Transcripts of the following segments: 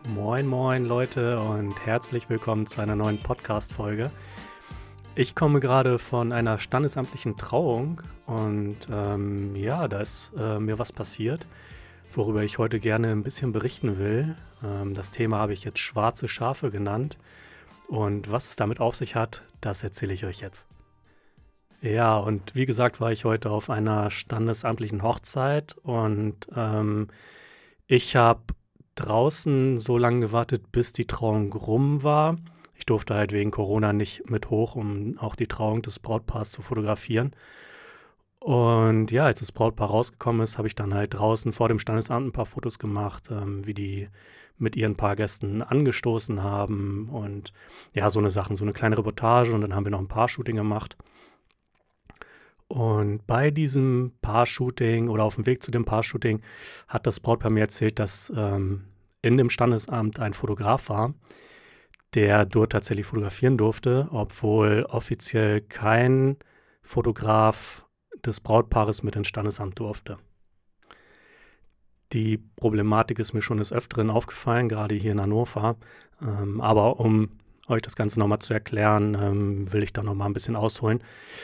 Moin, moin Leute und herzlich willkommen zu einer neuen Podcast-Folge. Ich komme gerade von einer standesamtlichen Trauung und da ist mir was passiert, worüber ich heute gerne ein bisschen berichten will. Das Thema habe ich jetzt schwarze Schafe genannt und was es damit auf sich hat, das erzähle ich euch jetzt. Ja, und wie gesagt war ich heute auf einer standesamtlichen Hochzeit und ich habe draußen so lange gewartet, bis die Trauung rum war. Ich durfte halt wegen Corona nicht mit hoch, um auch die Trauung des Brautpaars zu fotografieren. Und ja, als das Brautpaar rausgekommen ist, habe ich dann halt draußen vor dem Standesamt ein paar Fotos gemacht, wie die mit ihren paar Gästen angestoßen haben und ja, so eine Sachen, so eine kleine Reportage und dann haben wir noch ein Paar-Shooting gemacht. Und bei diesem Paar-Shooting oder auf dem Weg zu dem Paar-Shooting hat das Brautpaar mir erzählt, dass in dem Standesamt ein Fotograf war, der dort tatsächlich fotografieren durfte, obwohl offiziell kein Fotograf des Brautpaares mit ins Standesamt durfte. Die Problematik ist mir schon des Öfteren aufgefallen, gerade hier in Hannover. Aber um euch das Ganze nochmal zu erklären, will ich da nochmal ein bisschen ausholen.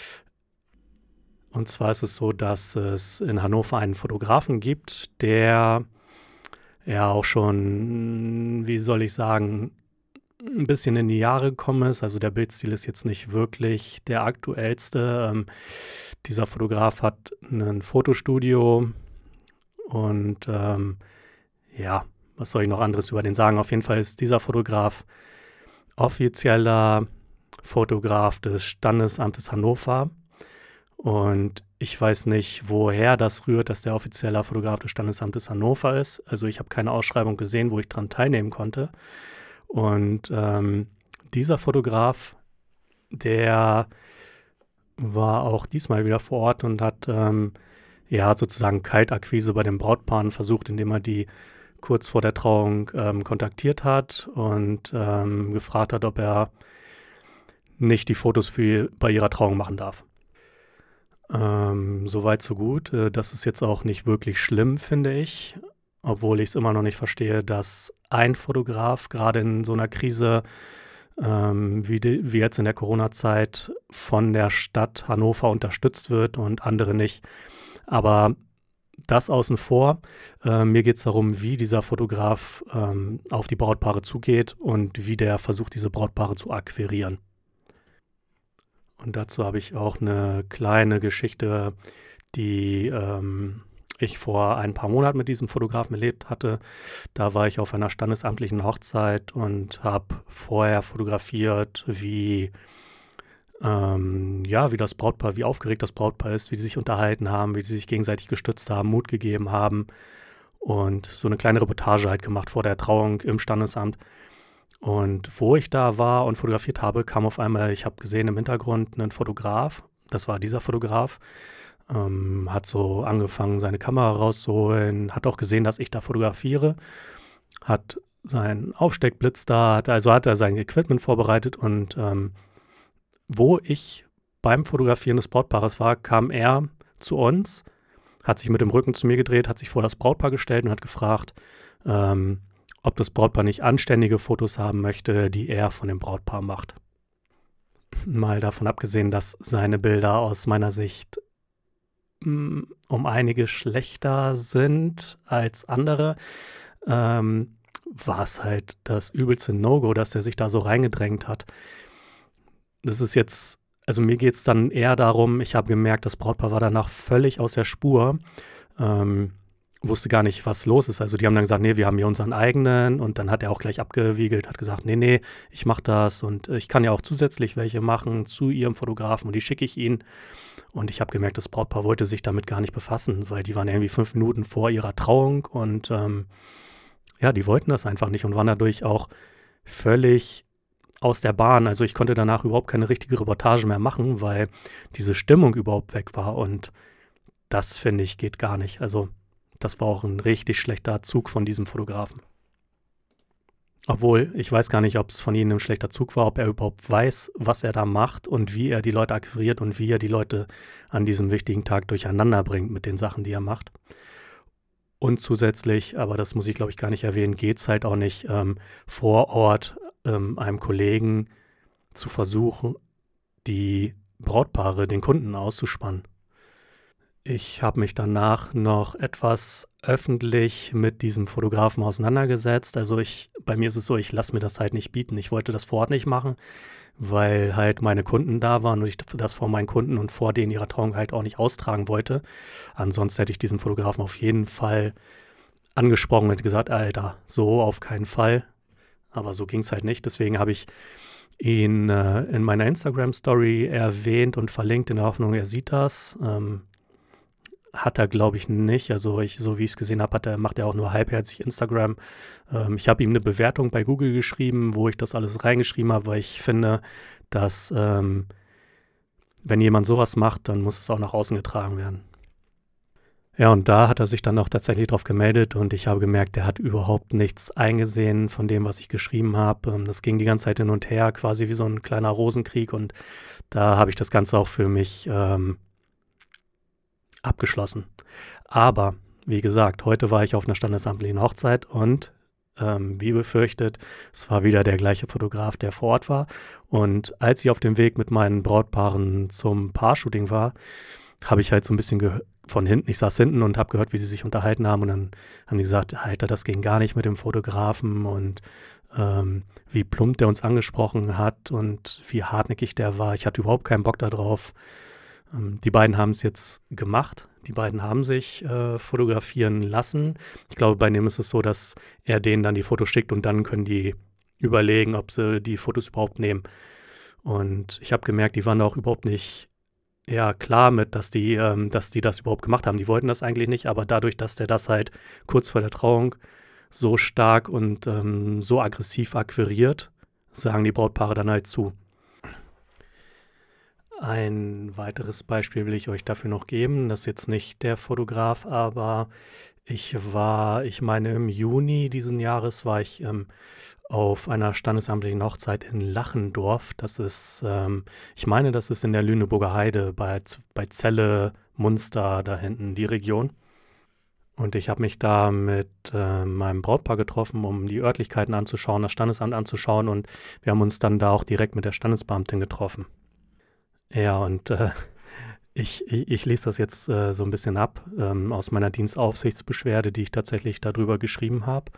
Und zwar ist es so, dass es in Hannover einen Fotografen gibt, der ja auch schon, wie soll ich sagen, ein bisschen in die Jahre gekommen ist. Also der Bildstil ist jetzt nicht wirklich der aktuellste. Dieser Fotograf hat ein Fotostudio und was soll ich noch anderes über den sagen? Auf jeden Fall ist dieser Fotograf offizieller Fotograf des Standesamtes Hannover. Und ich weiß nicht, woher das rührt, dass der offizieller Fotograf des Standesamtes Hannover ist. Also ich habe keine Ausschreibung gesehen, wo ich dran teilnehmen konnte. Und dieser Fotograf, der war auch diesmal wieder vor Ort und hat sozusagen Kaltakquise bei den Brautpaaren versucht, indem er die kurz vor der Trauung kontaktiert hat und gefragt hat, ob er nicht die Fotos bei ihrer Trauung machen darf. Soweit so gut. Das ist jetzt auch nicht wirklich schlimm, finde ich, obwohl ich es immer noch nicht verstehe, dass ein Fotograf gerade in so einer Krise wie jetzt in der Corona-Zeit von der Stadt Hannover unterstützt wird und andere nicht. Aber das außen vor. Mir geht es darum, wie dieser Fotograf auf die Brautpaare zugeht und wie der versucht, diese Brautpaare zu akquirieren. Und dazu habe ich auch eine kleine Geschichte, die ich vor ein paar Monaten mit diesem Fotografen erlebt hatte. Da war ich auf einer standesamtlichen Hochzeit und habe vorher fotografiert, wie das Brautpaar, wie aufgeregt das Brautpaar ist, wie sie sich unterhalten haben, wie sie sich gegenseitig gestützt haben, Mut gegeben haben und so eine kleine Reportage halt gemacht vor der Trauung im Standesamt. Und wo ich da war und fotografiert habe, kam auf einmal, ich habe gesehen im Hintergrund einen Fotograf, das war dieser Fotograf, hat so angefangen, seine Kamera rauszuholen, hat auch gesehen, dass ich da fotografiere, hat seinen Aufsteckblitz da, hat er sein Equipment vorbereitet und wo ich beim Fotografieren des Brautpaares war, kam er zu uns, hat sich mit dem Rücken zu mir gedreht, hat sich vor das Brautpaar gestellt und hat gefragt, ob das Brautpaar nicht anständige Fotos haben möchte, die er von dem Brautpaar macht. Mal davon abgesehen, dass seine Bilder aus meiner Sicht um einige schlechter sind als andere, war es halt das übelste No-Go, dass der sich da so reingedrängt hat. Das ist jetzt, also mir geht es dann eher darum, ich habe gemerkt, das Brautpaar war danach völlig aus der Spur, wusste gar nicht, was los ist. Also die haben dann gesagt, nee, wir haben hier unseren eigenen und dann hat er auch gleich abgewiegelt, hat gesagt, nee, ich mache das und ich kann ja auch zusätzlich welche machen zu ihrem Fotografen und die schicke ich ihnen. Und ich habe gemerkt, das Brautpaar wollte sich damit gar nicht befassen, weil die waren irgendwie 5 Minuten vor ihrer Trauung und die wollten das einfach nicht und waren dadurch auch völlig aus der Bahn. Also ich konnte danach überhaupt keine richtige Reportage mehr machen, weil diese Stimmung überhaupt weg war und das, finde ich, geht gar nicht. Also das war auch ein richtig schlechter Zug von diesem Fotografen. Obwohl, ich weiß gar nicht, ob es von ihm ein schlechter Zug war, ob er überhaupt weiß, was er da macht und wie er die Leute akquiriert und wie er die Leute an diesem wichtigen Tag durcheinander bringt mit den Sachen, die er macht. Und zusätzlich, aber das muss ich glaube ich gar nicht erwähnen, geht es halt auch nicht vor Ort einem Kollegen zu versuchen, die Brautpaare, den Kunden auszuspannen. Ich habe mich danach noch etwas öffentlich mit diesem Fotografen auseinandergesetzt. Also bei mir ist es so, ich lasse mir das halt nicht bieten. Ich wollte das vor Ort nicht machen, weil halt meine Kunden da waren und ich das vor meinen Kunden und vor denen ihrer Trauung halt auch nicht austragen wollte. Ansonsten hätte ich diesen Fotografen auf jeden Fall angesprochen und gesagt, Alter, so auf keinen Fall. Aber so ging es halt nicht. Deswegen habe ich ihn in meiner Instagram-Story erwähnt und verlinkt in der Hoffnung, er sieht das. Hat er, glaube ich, nicht. Also so wie ich es gesehen habe, macht er auch nur halbherzig Instagram. Ich habe ihm eine Bewertung bei Google geschrieben, wo ich das alles reingeschrieben habe, weil ich finde, dass wenn jemand sowas macht, dann muss es auch nach außen getragen werden. Ja, und da hat er sich dann auch tatsächlich drauf gemeldet und ich habe gemerkt, der hat überhaupt nichts eingesehen von dem, was ich geschrieben habe. Das ging die ganze Zeit hin und her, quasi wie so ein kleiner Rosenkrieg und da habe ich das Ganze auch für mich abgeschlossen. Aber, wie gesagt, heute war ich auf einer standesamtlichen Hochzeit und wie befürchtet, es war wieder der gleiche Fotograf, der vor Ort war. Und als ich auf dem Weg mit meinen Brautpaaren zum Paar-Shooting war, habe ich halt so ein bisschen von hinten, ich saß hinten und habe gehört, wie sie sich unterhalten haben und dann haben die gesagt, Alter, das ging gar nicht mit dem Fotografen und wie plump der uns angesprochen hat und wie hartnäckig der war. Ich hatte überhaupt keinen Bock darauf. Die beiden haben es jetzt gemacht. Die beiden haben sich fotografieren lassen. Ich glaube, bei dem ist es so, dass er denen dann die Fotos schickt und dann können die überlegen, ob sie die Fotos überhaupt nehmen. Und ich habe gemerkt, die waren auch überhaupt nicht klar mit, dass die das überhaupt gemacht haben. Die wollten das eigentlich nicht, aber dadurch, dass der das halt kurz vor der Trauung so stark und so aggressiv akquiriert, sagen die Brautpaare dann halt zu. Ein weiteres Beispiel will ich euch dafür noch geben. Das ist jetzt nicht der Fotograf, aber ich meine im Juni diesen Jahres war ich auf einer standesamtlichen Hochzeit in Lachendorf. Das ist, ich meine, das ist in der Lüneburger Heide bei Celle, Munster, da hinten die Region. Und ich habe mich da mit meinem Brautpaar getroffen, um die Örtlichkeiten anzuschauen, das Standesamt anzuschauen und wir haben uns dann da auch direkt mit der Standesbeamtin getroffen. Ja, und ich lese das jetzt so ein bisschen ab aus meiner Dienstaufsichtsbeschwerde, die ich tatsächlich darüber geschrieben habe.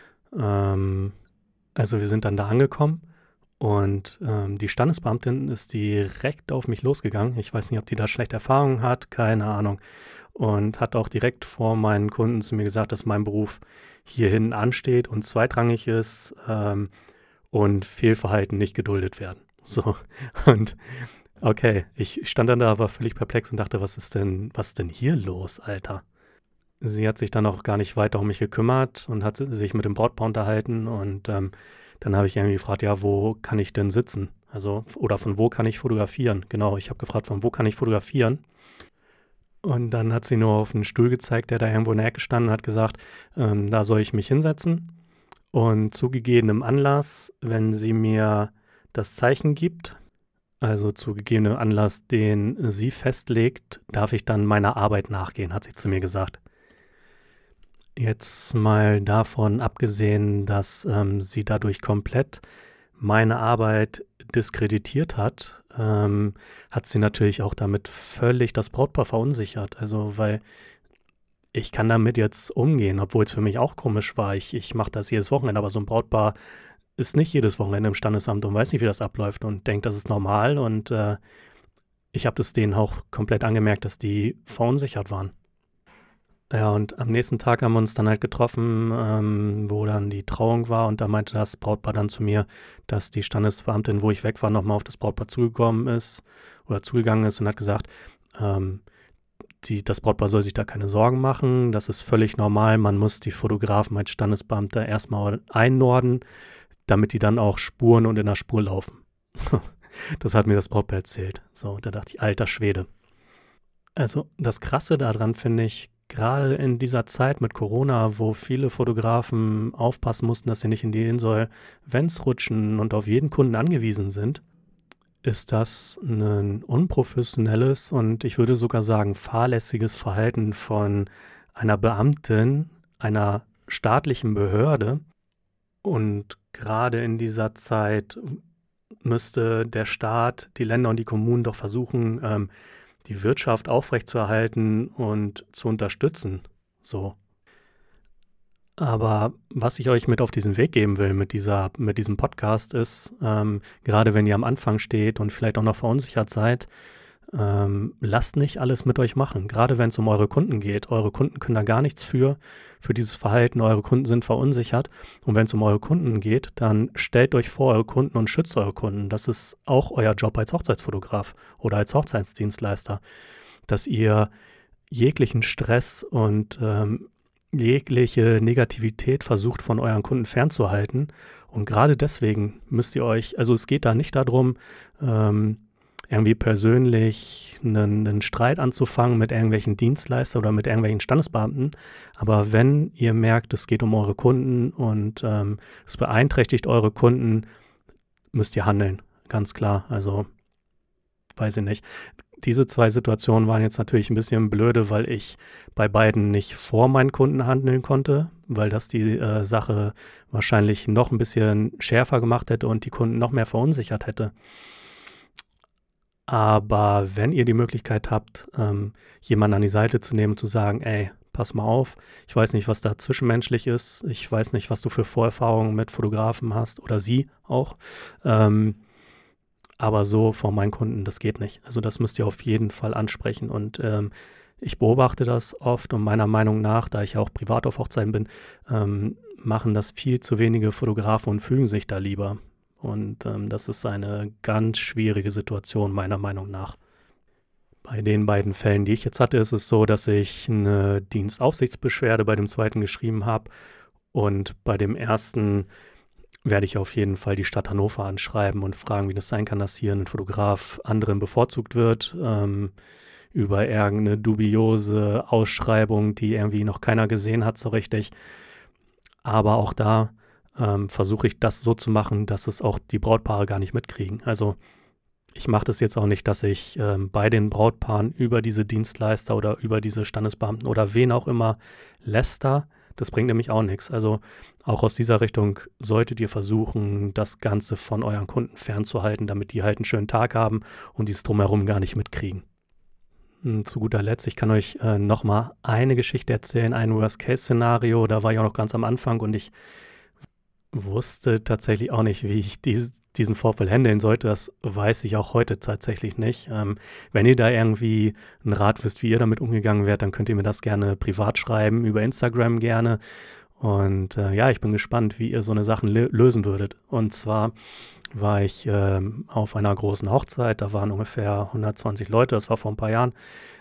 Also wir sind dann da angekommen und die Standesbeamtin ist direkt auf mich losgegangen. Ich weiß nicht, ob die da schlechte Erfahrungen hat, keine Ahnung. Und hat auch direkt vor meinen Kunden zu mir gesagt, dass mein Beruf hierhin ansteht und zweitrangig ist und Fehlverhalten nicht geduldet werden. So, und okay, ich stand dann da, war völlig perplex und dachte, was ist denn hier los, Alter? Sie hat sich dann auch gar nicht weiter um mich gekümmert und hat sich mit dem Brautpaar unterhalten und dann habe ich irgendwie gefragt, ja, wo kann ich denn sitzen? Also, oder von wo kann ich fotografieren? Genau, ich habe gefragt, von wo kann ich fotografieren? Und dann hat sie nur auf einen Stuhl gezeigt, der da irgendwo in der Ecke stand und hat gesagt, da soll ich mich hinsetzen und zu gegebenem Anlass, wenn sie mir das Zeichen gibt, also zu gegebenem Anlass, den sie festlegt, darf ich dann meiner Arbeit nachgehen, hat sie zu mir gesagt. Jetzt mal davon abgesehen, dass sie dadurch komplett meine Arbeit diskreditiert hat, hat sie natürlich auch damit völlig das Brautpaar verunsichert. Also, weil ich kann damit jetzt umgehen, obwohl es für mich auch komisch war. Ich mache das jedes Wochenende, aber so ein Brautpaar ist nicht jedes Wochenende im Standesamt und weiß nicht, wie das abläuft und denkt, das ist normal. Und ich habe das denen auch komplett angemerkt, dass die verunsichert waren. Ja, und am nächsten Tag haben wir uns dann halt getroffen, wo dann die Trauung war und da meinte das Brautpaar dann zu mir, dass die Standesbeamtin, wo ich weg war, nochmal auf das Brautpaar zugegangen ist und hat gesagt, das Brautpaar soll sich da keine Sorgen machen, das ist völlig normal, man muss die Fotografen als Standesbeamter erstmal einnorden, damit die dann auch spuren und in der Spur laufen. Das hat mir das Brautpaar erzählt. So, da dachte ich, alter Schwede. Also das Krasse daran finde ich, gerade in dieser Zeit mit Corona, wo viele Fotografen aufpassen mussten, dass sie nicht in die Insolvenz rutschen und auf jeden Kunden angewiesen sind, ist das ein unprofessionelles und ich würde sogar sagen fahrlässiges Verhalten von einer Beamtin, einer staatlichen Behörde. Und gerade in dieser Zeit müsste der Staat, die Länder und die Kommunen doch versuchen, die Wirtschaft aufrechtzuerhalten und zu unterstützen. So. Aber was ich euch mit auf diesen Weg geben will mit diesem Podcast ist, gerade wenn ihr am Anfang steht und vielleicht auch noch verunsichert seid, lasst nicht alles mit euch machen. Gerade wenn es um eure Kunden geht. Eure Kunden können da gar nichts für dieses Verhalten. Eure Kunden sind verunsichert. Und wenn es um eure Kunden geht, dann stellt euch vor eure Kunden und schützt eure Kunden. Das ist auch euer Job als Hochzeitsfotograf oder als Hochzeitsdienstleister, dass ihr jeglichen Stress und jegliche Negativität versucht von euren Kunden fernzuhalten. Und gerade deswegen müsst ihr euch, also es geht da nicht darum, irgendwie persönlich einen Streit anzufangen mit irgendwelchen Dienstleistern oder mit irgendwelchen Standesbeamten. Aber wenn ihr merkt, es geht um eure Kunden und es beeinträchtigt eure Kunden, müsst ihr handeln, ganz klar. Also, weiß ich nicht. Diese zwei Situationen waren jetzt natürlich ein bisschen blöde, weil ich bei beiden nicht vor meinen Kunden handeln konnte, weil das die Sache wahrscheinlich noch ein bisschen schärfer gemacht hätte und die Kunden noch mehr verunsichert hätte. Aber wenn ihr die Möglichkeit habt, jemanden an die Seite zu nehmen und zu sagen, ey, pass mal auf, ich weiß nicht, was da zwischenmenschlich ist, ich weiß nicht, was du für Vorerfahrungen mit Fotografen hast oder sie auch, aber so vor meinen Kunden, das geht nicht. Also das müsst ihr auf jeden Fall ansprechen und ich beobachte das oft und meiner Meinung nach, da ich ja auch privat auf Hochzeiten bin, machen das viel zu wenige Fotografen und fügen sich da lieber. Und das ist eine ganz schwierige Situation, meiner Meinung nach. Bei den beiden Fällen, die ich jetzt hatte, ist es so, dass ich eine Dienstaufsichtsbeschwerde bei dem zweiten geschrieben habe. Und bei dem ersten werde ich auf jeden Fall die Stadt Hannover anschreiben und fragen, wie das sein kann, dass hier ein Fotograf anderen bevorzugt wird, über irgendeine dubiose Ausschreibung, die irgendwie noch keiner gesehen hat so richtig. Aber auch da versuche ich das so zu machen, dass es auch die Brautpaare gar nicht mitkriegen. Also ich mache das jetzt auch nicht, dass ich bei den Brautpaaren über diese Dienstleister oder über diese Standesbeamten oder wen auch immer läster. Das bringt nämlich auch nichts. Also auch aus dieser Richtung solltet ihr versuchen, das Ganze von euren Kunden fernzuhalten, damit die halt einen schönen Tag haben und dieses Drumherum gar nicht mitkriegen. Zu guter Letzt, ich kann euch nochmal eine Geschichte erzählen, ein Worst-Case-Szenario. Da war ich auch noch ganz am Anfang und ich wusste tatsächlich auch nicht, wie ich diesen Vorfall handeln sollte. Das weiß ich auch heute tatsächlich nicht. Wenn ihr da irgendwie einen Rat wisst, wie ihr damit umgegangen wärt, dann könnt ihr mir das gerne privat schreiben, über Instagram gerne. Und ja, ich bin gespannt, wie ihr so eine Sache lösen würdet. Und zwar war ich auf einer großen Hochzeit, da waren ungefähr 120 Leute, das war vor ein paar Jahren,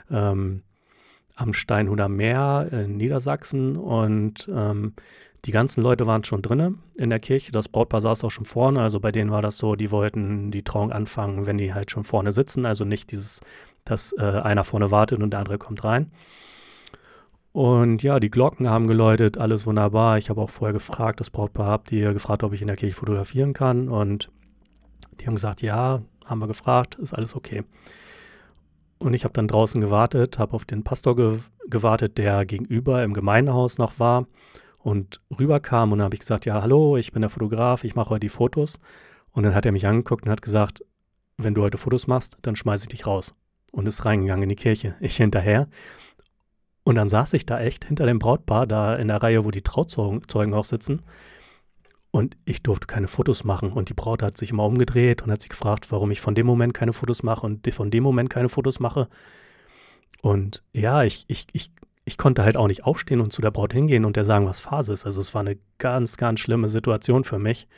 am Steinhuder Meer in Niedersachsen und die ganzen Leute waren schon drinne in der Kirche. Das Brautpaar saß auch schon vorne. Also bei denen war das so, die wollten die Trauung anfangen, wenn die halt schon vorne sitzen. Also nicht dieses, dass einer vorne wartet und der andere kommt rein. Und ja, die Glocken haben geläutet, alles wunderbar. Ich habe auch vorher gefragt, das Brautpaar, habt ihr gefragt, ob ich in der Kirche fotografieren kann? Und die haben gesagt, ja, haben wir gefragt, ist alles okay. Und ich habe dann draußen gewartet, habe auf den Pastor gewartet, der gegenüber im Gemeindehaus noch war. Und rüberkam und dann habe ich gesagt, ja, hallo, ich bin der Fotograf, ich mache heute die Fotos. Und dann hat er mich angeguckt und hat gesagt, wenn du heute Fotos machst, dann schmeiße ich dich raus. Und ist reingegangen in die Kirche, ich hinterher. Und dann saß ich da echt hinter dem Brautpaar, da in der Reihe, wo die Trauzeugen auch sitzen. Und ich durfte keine Fotos machen. Und die Braut hat sich immer umgedreht und hat sich gefragt, warum ich von dem Moment keine Fotos mache und von dem Moment keine Fotos mache. Und ja, ich konnte halt auch nicht aufstehen und zu der Braut hingehen und der sagen, was Phase ist. Also es war eine ganz, ganz schlimme Situation für mich.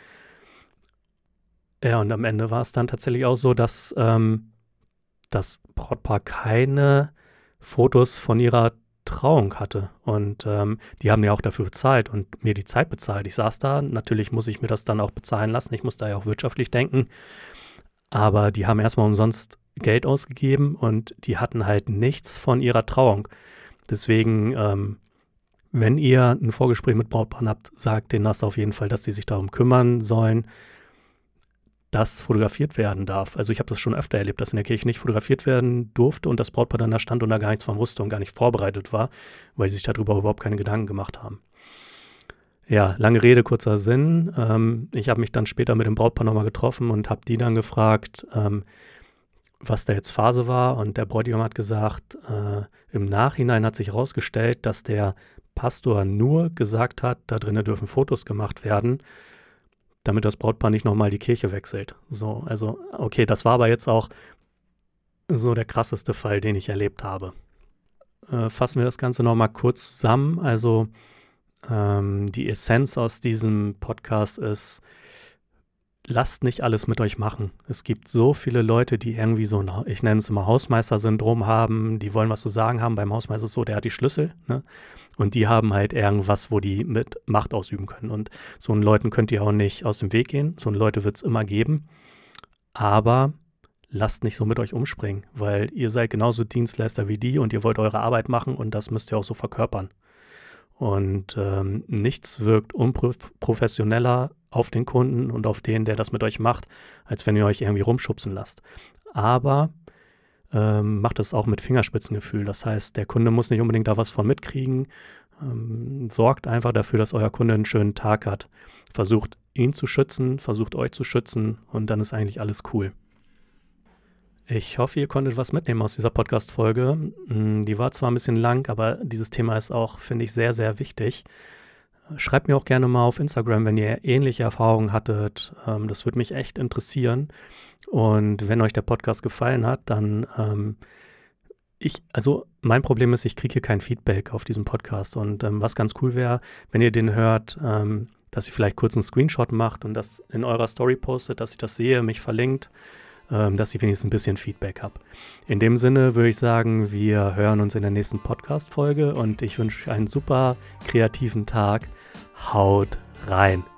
Ja, und am Ende war es dann tatsächlich auch so, dass das Brautpaar keine Fotos von ihrer Trauung hatte. Und die haben ja auch dafür bezahlt und mir die Zeit bezahlt. Ich saß da, natürlich muss ich mir das dann auch bezahlen lassen. Ich muss da ja auch wirtschaftlich denken. Aber die haben erstmal umsonst Geld ausgegeben und die hatten halt nichts von ihrer Trauung. Deswegen, wenn ihr ein Vorgespräch mit Brautpaaren habt, sagt denen das auf jeden Fall, dass sie sich darum kümmern sollen, das fotografiert werden darf. Also ich habe das schon öfter erlebt, dass in der Kirche nicht fotografiert werden durfte und das Brautpaar dann da stand und da gar nichts von wusste und gar nicht vorbereitet war, weil sie sich darüber überhaupt keine Gedanken gemacht haben. Ja, lange Rede, kurzer Sinn. Ich habe mich dann später mit dem Brautpaar nochmal getroffen und habe die dann gefragt, was da jetzt Phase war. Und der Bräutigam hat gesagt, im Nachhinein hat sich herausgestellt, dass der Pastor nur gesagt hat, da drinnen dürfen Fotos gemacht werden, damit das Brautpaar nicht nochmal die Kirche wechselt. So, also okay, das war aber jetzt auch so der krasseste Fall, den ich erlebt habe. Fassen wir das Ganze nochmal kurz zusammen. Also die Essenz aus diesem Podcast ist, lasst nicht alles mit euch machen. Es gibt so viele Leute, die irgendwie so ein, ich nenne es immer Hausmeister-Syndrom haben, die wollen was zu sagen haben. Beim Hausmeister ist es so, der hat die Schlüssel, ne? Und die haben halt irgendwas, wo die mit Macht ausüben können. Und so einen Leuten könnt ihr auch nicht aus dem Weg gehen. So eine Leute wird es immer geben. Aber lasst nicht so mit euch umspringen, weil ihr seid genauso Dienstleister wie die und ihr wollt eure Arbeit machen und das müsst ihr auch so verkörpern. Und nichts wirkt unprofessioneller auf den Kunden und auf den, der das mit euch macht, als wenn ihr euch irgendwie rumschubsen lasst. Aber macht es auch mit Fingerspitzengefühl. Das heißt, der Kunde muss nicht unbedingt da was von mitkriegen. Sorgt einfach dafür, dass euer Kunde einen schönen Tag hat. Versucht ihn zu schützen, versucht euch zu schützen und dann ist eigentlich alles cool. Ich hoffe, ihr konntet was mitnehmen aus dieser Podcast-Folge. Die war zwar ein bisschen lang, aber dieses Thema ist auch, finde ich, sehr, sehr wichtig. Schreibt mir auch gerne mal auf Instagram, wenn ihr ähnliche Erfahrungen hattet. Das würde mich echt interessieren. Und wenn euch der Podcast gefallen hat, dann mein Problem ist, ich kriege hier kein Feedback auf diesem Podcast. Und was ganz cool wäre, wenn ihr den hört, dass ihr vielleicht kurz einen Screenshot macht und das in eurer Story postet, dass ich das sehe, mich verlinkt, dass ich wenigstens ein bisschen Feedback habe. In dem Sinne würde ich sagen, wir hören uns in der nächsten Podcast-Folge und ich wünsche euch einen super kreativen Tag. Haut rein!